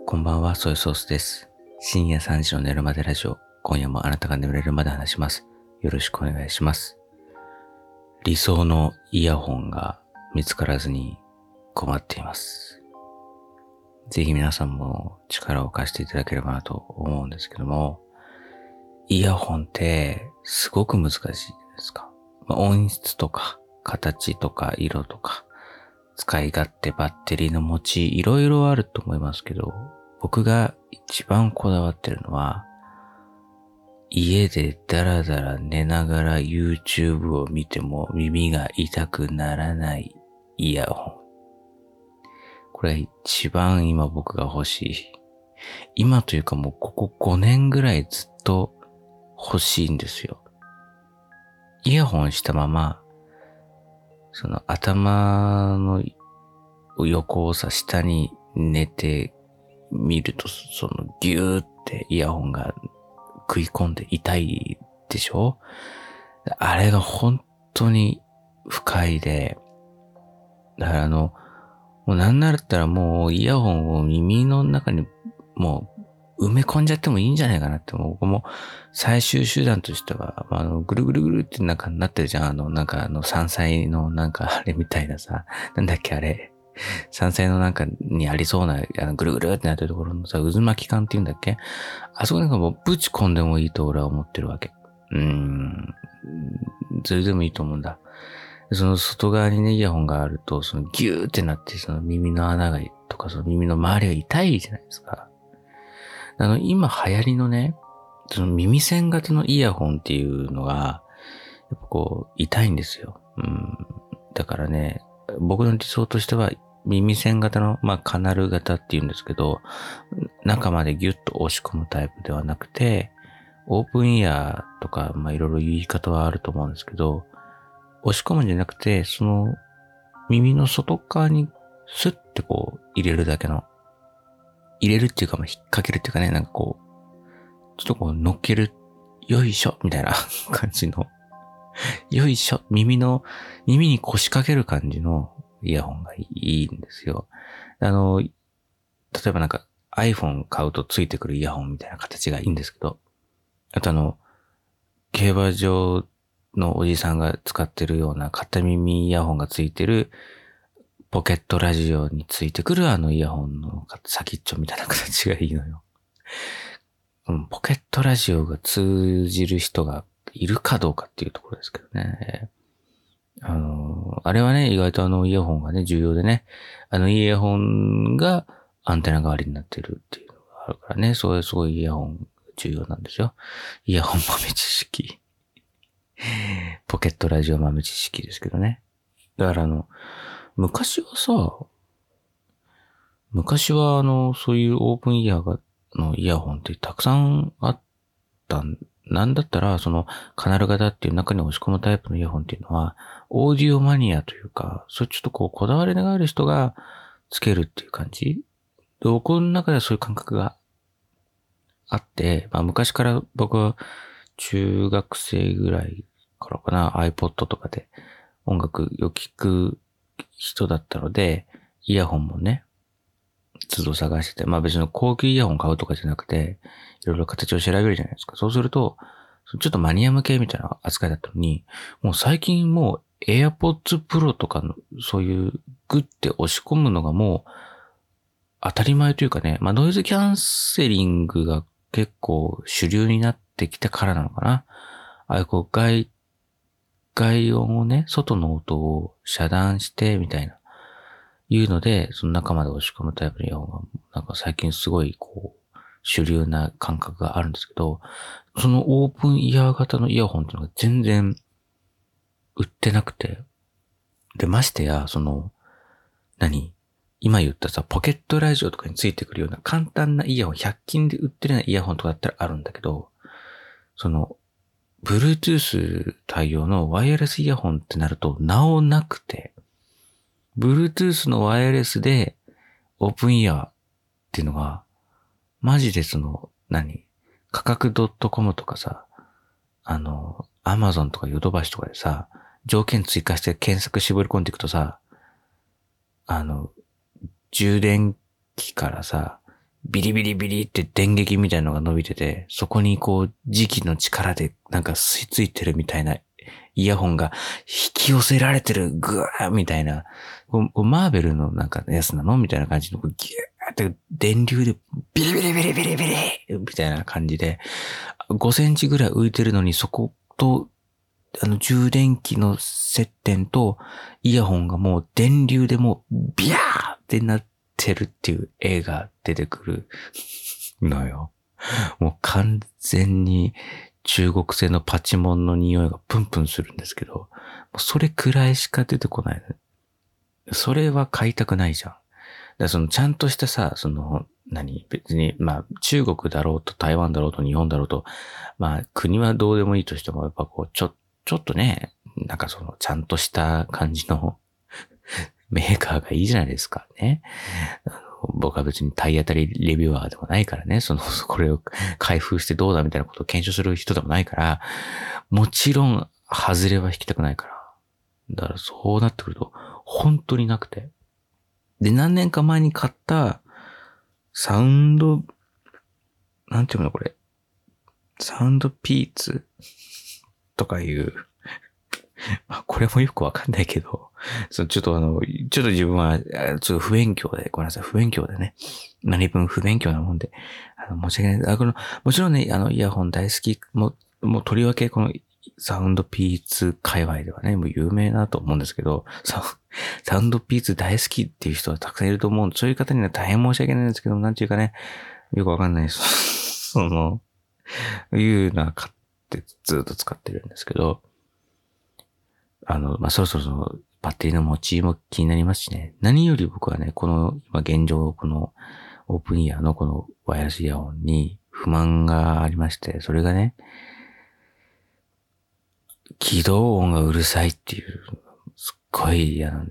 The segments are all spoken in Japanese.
こんばんは、ソイソースです。深夜3時の寝るまでラジオ。今夜もあなたが眠れるまで話します。よろしくお願いします。理想のイヤホンが見つからずに困っています。ぜひ皆さんも力を貸していただければなと思うんですけども、イヤホンってすごく難しいですか？音質とか形とか色とか使い勝手、バッテリーの持ち、いろいろあると思いますけど、僕が一番こだわってるのは、家でダラダラ寝ながら YouTube を見ても耳が痛くならないイヤホン。これ一番今僕が欲しい。今というかもうここ5年ぐらいずっと欲しいんですよ。イヤホンしたまま、その頭の横を下に寝てみると、そのギューってイヤホンが食い込んで痛いでしょ？あれが本当に不快で、だからもうなんならったらもうイヤホンを耳の中にもう埋め込んじゃってもいいんじゃないかなって、僕も最終手段としては、ぐるぐるぐるってなってるじゃん。山菜のあれみたいなさ、なんだっけあれ。山菜のにありそうな、ぐるぐるってなってるところのさ、渦巻き管っていうんだっけ？あそこもうぶち込んでもいいと俺は思ってるわけ。それでもいいと思うんだ。その外側にね、イヤホンがあると、そのギューってなって、その耳の穴がとか、その耳の周りが痛いじゃないですか。今流行りのね、その耳栓型のイヤホンっていうのが、やっぱ痛いんですよ。だからね、僕の理想としては、耳栓型の、カナル型って言うんですけど、中までギュッと押し込むタイプではなくて、オープンイヤーとか、いろいろ言い方はあると思うんですけど、押し込むんじゃなくて、その耳の外側にスッて入れるだけの、入れるっていうか引っ掛けるっていうかね、ちょっと乗っける、よいしょみたいな感じの、よいしょ、耳に腰掛ける感じのイヤホンがいいんですよ。例えばiPhone 買うとついてくるイヤホンみたいな形がいいんですけど、あと競馬場のおじさんが使ってるような片耳イヤホンがついてるポケットラジオについてくるイヤホンの先っちょみたいな形がいいのよ。ポケットラジオが通じる人がいるかどうかっていうところですけどね。あれはね、意外とイヤホンがね、重要でね、イヤホンがアンテナ代わりになってるっていうのがあるからね、そういうすごいイヤホン重要なんですよ。イヤホン豆知識。ポケットラジオ豆知識ですけどね。だから昔はそういうオープンイヤーのイヤホンってたくさんあったなんだったら、カナル型っていう中に押し込むタイプのイヤホンっていうのは、オーディオマニアというか、それちょっとこだわりがある人がつけるっていう感じ？で、僕の中ではそういう感覚があって、昔から僕は中学生ぐらいからかな、iPod とかで音楽を聴く人だったので、イヤホンもね、都度探してて、別に高級イヤホン買うとかじゃなくて、いろいろ形を調べるじゃないですか。そうすると、ちょっとマニア向けみたいな扱いだったのに、もう最近もう AirPods Pro とかのそういうグッて押し込むのがもう当たり前というかね、ノイズキャンセリングが結構主流になってきてからなのかな。外音をね、外の音を遮断してみたいな。いうので、その中まで押し込むタイプのイヤホンが、最近すごい主流な感覚があるんですけど、そのオープンイヤー型のイヤホンっていうのが全然売ってなくて、で、ましてや、今言ったさ、ポケットラジオとかについてくるような簡単なイヤホン、100均で売ってるようなイヤホンとかだったらあるんだけど、Bluetooth 対応のワイヤレスイヤホンってなると、なおなくて、Bluetooth のワイヤレスでオープンイヤーっていうのが、マジで価格 .com とかさ、Amazon とかヨドバシとかでさ、条件追加して検索絞り込んでいくとさ、充電器からさ、 ビリビリビリって電撃みたいなのが伸びてて、そこにこう、磁気の力でなんか吸い付いてるみたいなイヤホンが引き寄せられてる、ぐわーみたいな、こうマーベルのなんかやつなのみたいな感じの、ギューって電流でビリビリビリビリビリみたいな感じで、5センチぐらい浮いてるのにそこと、充電器の接点とイヤホンがもう電流でもうビャーってなってるっていう絵が出てくるのよ。もう完全に中国製のパチモンの匂いがプンプンするんですけど、もうそれくらいしか出てこない。それは買いたくないじゃん。だからそのちゃんとしたさ、別に、まあ中国だろうと台湾だろうと日本だろうと、まあ国はどうでもいいとしても、やっぱこうちょっとね、なんかちゃんとした感じのメーカーがいいじゃないですかね。僕は別に体当たりレビュアーでもないからね、これを開封してどうだみたいなことを検証する人でもないから、もちろん、外れは引きたくないから。だからそうなってくると、本当になくて。で、何年か前に買った、サウンド、なんていうのこれ。サウンドピーツとかいう、まあ、これもよくわかんないけど、ちょっと自分は、ちょっと不勉強で、ごめんなさい、不勉強でね。何分不勉強なもんで、申し訳ない。もちろんね、イヤホン大好き、もうとりわけこのサウンドピーツ界隈ではね、もう有名だと思うんですけど、サウンドピーツ大好きっていう人はたくさんいると思う。そういう方には大変申し訳ないんですけど、なんていうかね、よくわかんないです。いうのは買ってずっと使ってるんですけど、まあ、そろそろバッテリーの持ちも気になりますしね。何より僕はね、今現状、このオープンイヤーのこのワイヤレスイヤホンに不満がありまして、それがね、起動音がうるさいっていう、すっごい嫌なんです。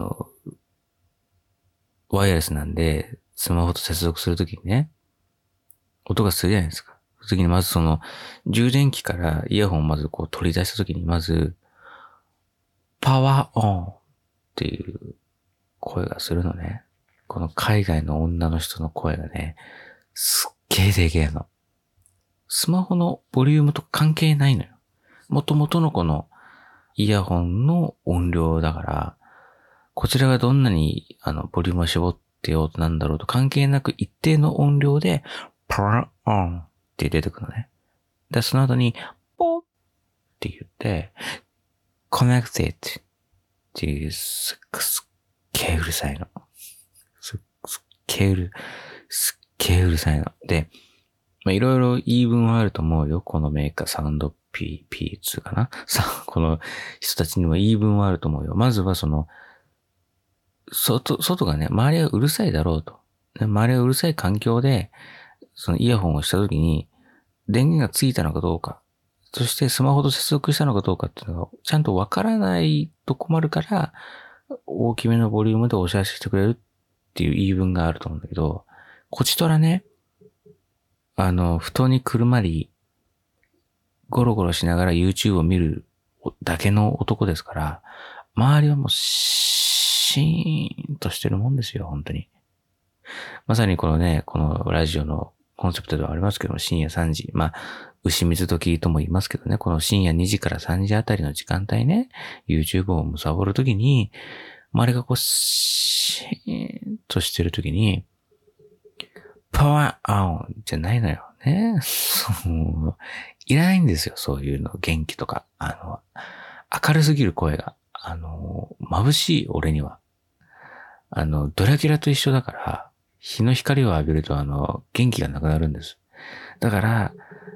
ワイヤレスなんで、スマホと接続するときにね、音がするじゃないですか。その時にまず充電器からイヤホンをまずこう取り出したときに、まず、パワーオンっていう声がするのね。この海外の女の人の声がね、すっげえでけえの。スマホのボリュームと関係ないのよ。元々のこのイヤホンの音量だから、こちらがどんなにボリュームを絞ってようとなんだろうと関係なく一定の音量で、パワーオンって出てくるのね。で、その後に、ポーって言って、connected っていうすっげえうるさいの。すっげえうるさいの。で、まあ、いろいろ言い分はあると思うよ。このメーカー、サウンド P2 かなこの人たちにも言い分はあると思うよ。まずは外がね、周りがうるさいだろうと。周りがうるさい環境で、そのイヤホンをしたときに、電源がついたのかどうか、そしてスマホと接続したのかどうかっていうのが、ちゃんとわからないと困るから、大きめのボリュームでお知らせしてくれるっていう言い分があると思うんだけど、こちとらね、布団にくるまり、ゴロゴロしながら YouTube を見るだけの男ですから、周りはもうシーンとしてるもんですよ、本当に。まさにこのラジオのコンセプトではありますけども、深夜3時。まあ、牛水時とも言いますけどね、この深夜2時から3時あたりの時間帯ね、YouTube を貪るときに、周りがこう、シーンとしてるときに、パワーオンじゃないのよね。いらないんですよ、そういうの。元気とか。明るすぎる声が。眩しい俺には。ドラキュラと一緒だから、日の光を浴びると元気がなくなるんです。だから、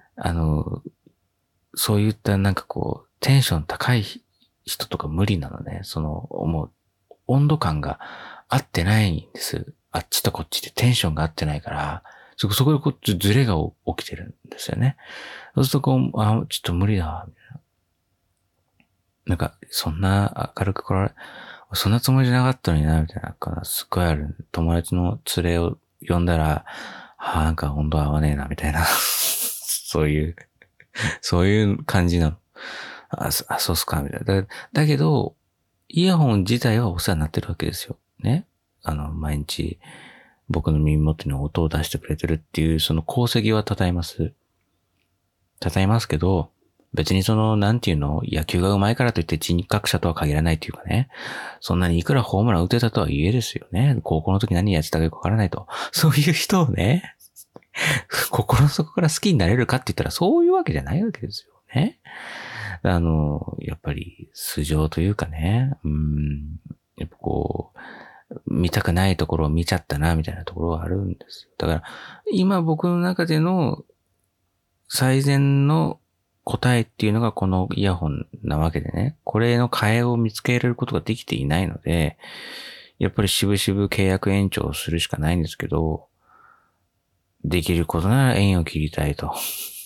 そういったなんかこう、テンション高い人とか無理なのね。もう、温度感が合ってないんです。あっちとこっちでテンションが合ってないから、そこでこう、ズレが起きてるんですよね。そうするとこう、ちょっと無理だわ、みたいな。なんか、そんな明るく来られ、そんなつもりじゃなかったのにな、みたいな、すっごいある。友達の連れを呼んだら、なんか温度合わねえな、みたいな。そういう感じなの。そうっすか、みたいな。だけど、イヤホン自体はお世話になってるわけですよ。ね。毎日、 僕の耳元に音を出してくれてるっていう、その功績は称えます。称えますけど、別になんていうの、野球が上手いからといって人格者とは限らないというかね。そんなにいくらホームラン打てたとは言えですよね。高校の時何やってたかよくわからないと。そういう人をね、心の底から好きになれるかって言ったらそういうわけじゃないわけですよね。やっぱり素性というかね、やっぱ見たくないところを見ちゃったな、みたいなところはあるんですよ。だから、今僕の中での最善の答えっていうのがこのイヤホンなわけでね、これの替えを見つけられることができていないので、やっぱり渋々契約延長するしかないんですけど、できることなら縁を切りたいと。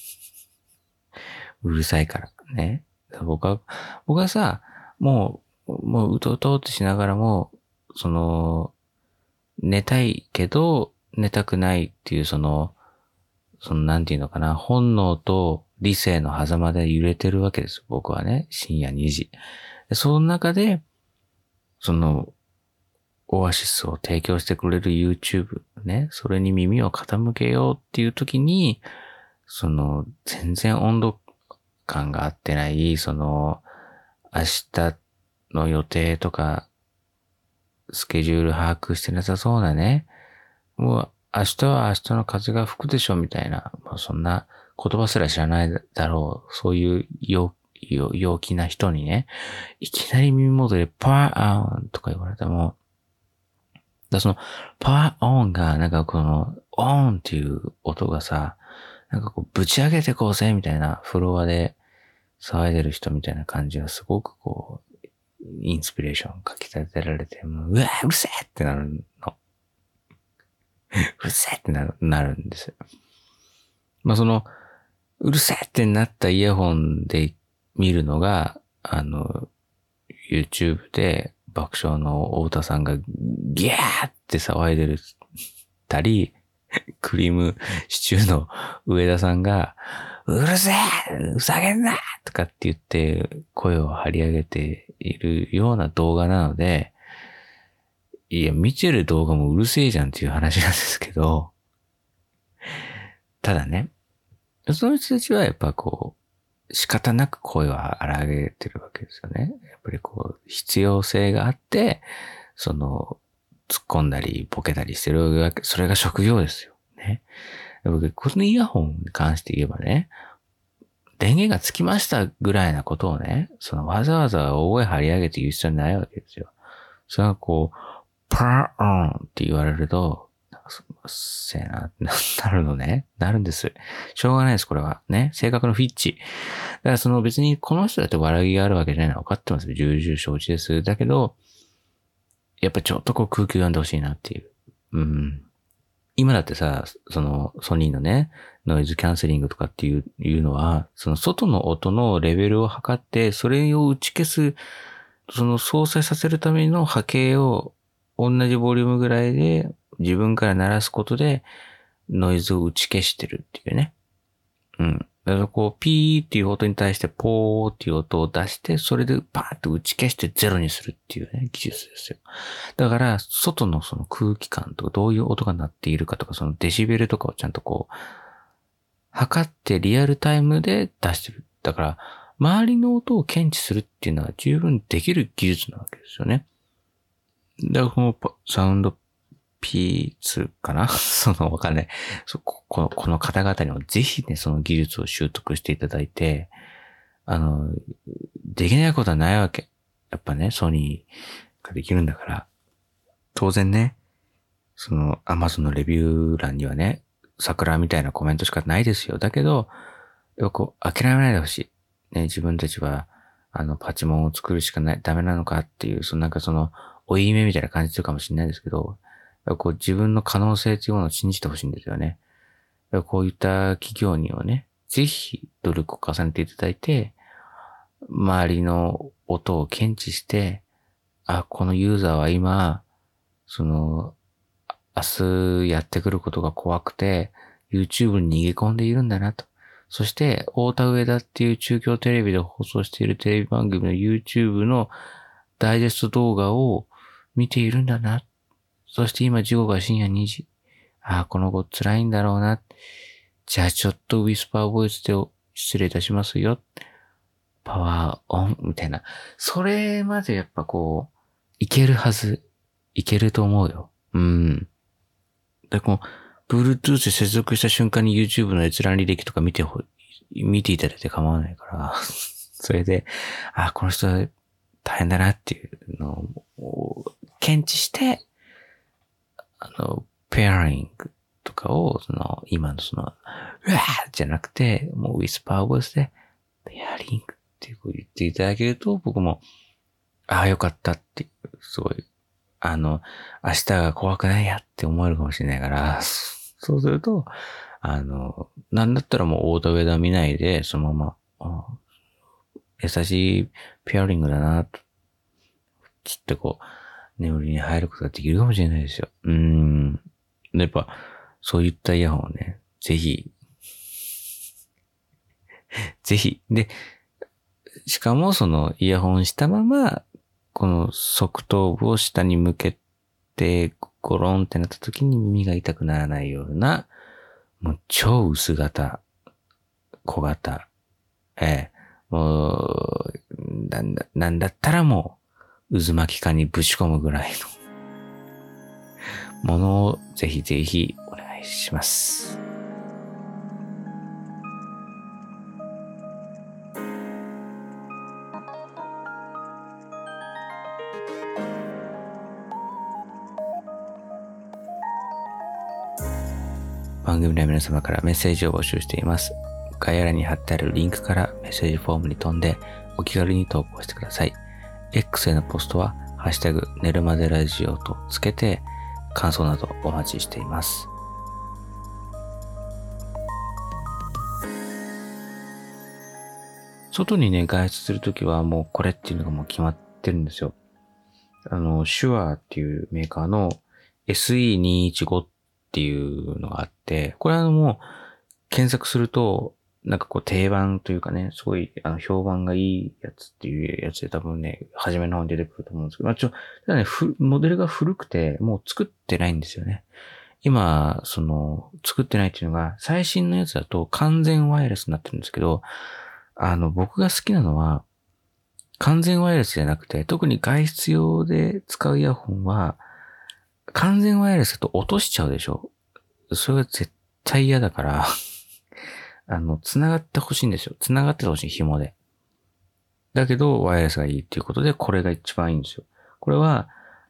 うるさいからね。僕はさ、もううとうとってしながらも、寝たいけど、寝たくないっていうなんていうのかな、本能と理性の狭間で揺れてるわけです。僕はね、深夜2時。その中で、オアシスを提供してくれる YouTube ね、それに耳を傾けようっていう時に、全然温度感が合ってない、明日の予定とか、スケジュール把握してなさそうなね、もう明日は明日の風が吹くでしょみたいな、そんな言葉すら知らないだろう、そういう陽気な人にね、いきなり耳元でパーンとか言われても、パーオンが、オーンっていう音がさ、ぶち上げてこうぜみたいなフロアで騒いでる人みたいな感じがすごくインスピレーションかき立てられて、うわうるせえってなるの。うるせえってなるんですよ。うるせえってなったイヤホンで見るのが、YouTube で爆笑の太田さんがギャーって騒いでるたり、クリームシチューの上田さんが、うるせえふざけんなとかって言って声を張り上げているような動画なので、いや、見てる動画もうるせえじゃんっていう話なんですけど、ただね、その人たちはやっぱ仕方なく声を荒げてるわけですよね。やっぱり必要性があって、突っ込んだり、ボケたりしてるわけ、それが職業ですよ。ね。このイヤホンに関して言えばね、電源がつきましたぐらいなことをね、わざわざ大声張り上げて言う必要ないわけですよ。それがパーオンって言われると、せえな、なるのね。なるんです。しょうがないです、これは。ね。性格のフィッチ。だから別にこの人だって笑いがあるわけじゃないの分かってますよ。重々承知です。だけど、やっぱちょっと空気を読んでほしいなっていう。今だってさ、ソニーのね、ノイズキャンセリングとかっていうのは、外の音のレベルを測って、それを打ち消す、相殺させるための波形を同じボリュームぐらいで自分から鳴らすことでノイズを打ち消してるっていうね。だからピーっていう音に対してポーっていう音を出して、それでパーッと打ち消してゼロにするっていうね、技術ですよ。だから、外の空気感とかどういう音が鳴っているかとか、デシベルとかをちゃんと測ってリアルタイムで出してる。だから、周りの音を検知するっていうのは十分できる技術なわけですよね。だからサウンドP2 かなわかんない。この方々にもぜひね、その技術を習得していただいて、できないことはないわけ。やっぱね、ソニーができるんだから。当然ね、Amazon のレビュー欄にはね、桜みたいなコメントしかないですよ。だけど、諦めないでほしい。ね、自分たちは、パチモンを作るしかダメなのかっていう、追い目みたいな感じするかもしれないですけど、自分の可能性というものを信じてほしいんですよね。こういった企業にはね、ぜひ努力を重ねていただいて、周りの音を検知して、このユーザーは今、明日やってくることが怖くて、YouTube に逃げ込んでいるんだなと。そして、太田上田っていう中京テレビで放送しているテレビ番組の YouTube のダイジェスト動画を見ているんだな。そして今時刻が深夜2時。 この子辛いんだろうな。じゃあちょっとウィスパーボイスで失礼いたしますよ。パワーオンみたいな。それまでやっぱこう、いけるはず。いけると思うよ。で、Bluetooth で接続した瞬間に YouTube の閲覧履歴とか見ていただいて構わないから、それで、この人大変だなっていうのを検知して、ペアリングとかを、今のうわーじゃなくて、もうウィスパーボイスで、ペアリングって言っていただけると、僕も、よかったっていう、すごい、明日が怖くないやって思えるかもしれないから、そうすると、なんだったらもうオーダーウェダー見ないで、そのまま、優しいペアリングだな、と、きっと眠りに入ることができるかもしれないですよ。やっぱ、そういったイヤホンをね、ぜひ。で、しかもそのイヤホンしたまま、この側頭部を下に向けて、ゴロンってなった時に耳が痛くならないような、もう超薄型、小型、もう、なんだったらもう、渦巻き缶にぶち込むぐらいのものをぜひぜひお願いします。番組では皆様からメッセージを募集しています。概要欄に貼ってあるリンクからメッセージフォームに飛んでお気軽に投稿してください。X へのポストはハッシュタグ寝るまでラジオとつけて感想などお待ちしています。外にね、外出するときはもうこれっていうのがもう決まってるんですよ。シュアーっていうメーカーの SE215 っていうのがあって、これもう検索すると、なんか定番というかね、すごい評判がいいやつっていうやつで多分ね、初めの方に出てくると思うんですけど、ただね、モデルが古くて、もう作ってないんですよね。今、作ってないっていうのが、最新のやつだと完全ワイヤレスになってるんですけど、僕が好きなのは、完全ワイヤレスじゃなくて、特に外出用で使うイヤホンは、完全ワイヤレスだと落としちゃうでしょ。それが絶対嫌だから繋がってほしいんですよ。繋がってほしい、紐で。だけど、ワイヤレスがいいっていうことで、これが一番いいんですよ。これは、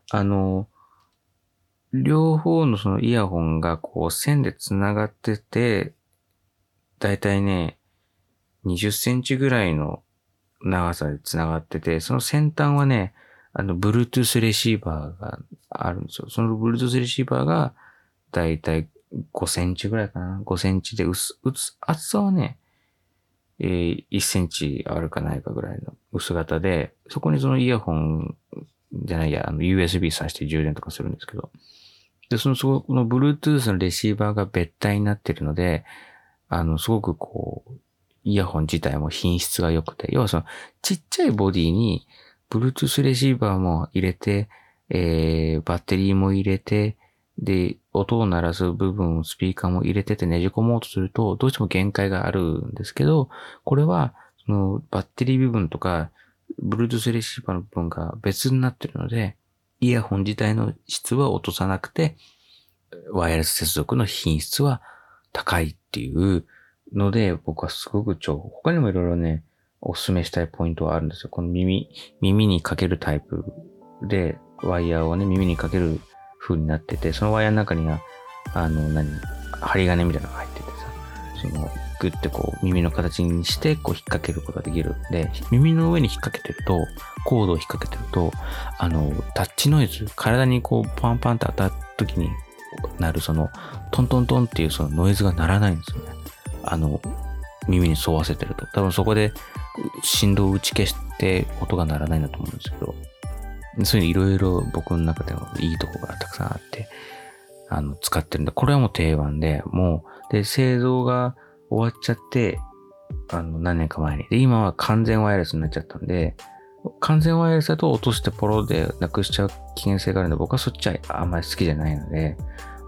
両方のそのイヤホンが線で繋がってて、だいたいね、20センチぐらいの長さで繋がってて、その先端はね、Bluetooth レシーバーがあるんですよ。その Bluetooth レシーバーが、だいたい5センチぐらいかな。5センチで厚さはね、1センチあるかないかぐらいの薄型で、そこにそのイヤホンじゃないや、USB 挿して充電とかするんですけど、で、その Bluetooth のレシーバーが別体になってるので、すごくイヤホン自体も品質が良くて、要はちっちゃいボディに、Bluetooth レシーバーも入れて、バッテリーも入れて、で、音を鳴らす部分、スピーカーも入れててねじ込もうとすると、どうしても限界があるんですけど、これは、バッテリー部分とか、Bluetooth レシーバーの部分が別になってるので、イヤホン自体の質は落とさなくて、ワイヤレス接続の品質は高いっていうので、僕はすごく他にもいろいろね、お勧めしたいポイントはあるんですよ。この耳にかけるタイプで、ワイヤーをね、耳にかける風になってて、そのワイヤーの中には、針金みたいなのが入っててさ、グッて耳の形にして、引っ掛けることができるんで、耳の上に引っ掛けてると、コードを引っ掛けてると、タッチノイズ、体にパンパンって当たった時になるトントントンっていうそのノイズが鳴らないんですよね。耳に沿わせてると。多分そこで振動を打ち消して音が鳴らないんだと思うんですけど、そういういろいろ僕の中でもいいところがたくさんあって、使ってるんで、これはもう定番で、で、製造が終わっちゃって、何年か前に。で、今は完全ワイヤレスになっちゃったんで、完全ワイヤレスだと落としてポロでなくしちゃう危険性があるんで、僕はそっちはあんまり好きじゃないので、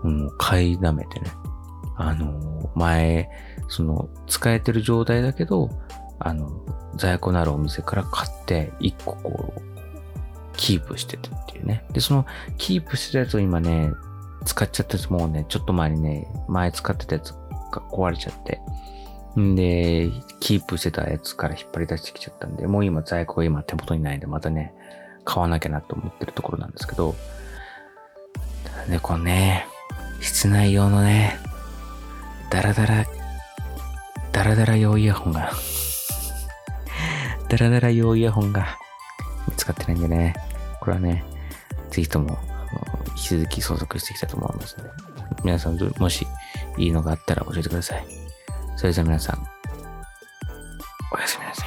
もう買いだめてね。前、使えてる状態だけど、在庫のあるお店から買って、1個こう、キープしててっていうね。で、キープしてたやつを今ね、使っちゃったやつもうね、ちょっと前にね、前使ってたやつが壊れちゃって。んで、キープしてたやつから引っ張り出してきちゃったんで、もう今在庫が今手元にないんで、またね、買わなきゃなと思ってるところなんですけど、ただね、このね、室内用のね、ダラダラ用イヤホンがダラダラ用イヤホンが見つかってないんでね、これはね、ぜひとも、引き続き捜索していきたいと思いますので、皆さんもしいいのがあったら教えてください。それじゃあ皆さん、おやすみなさい。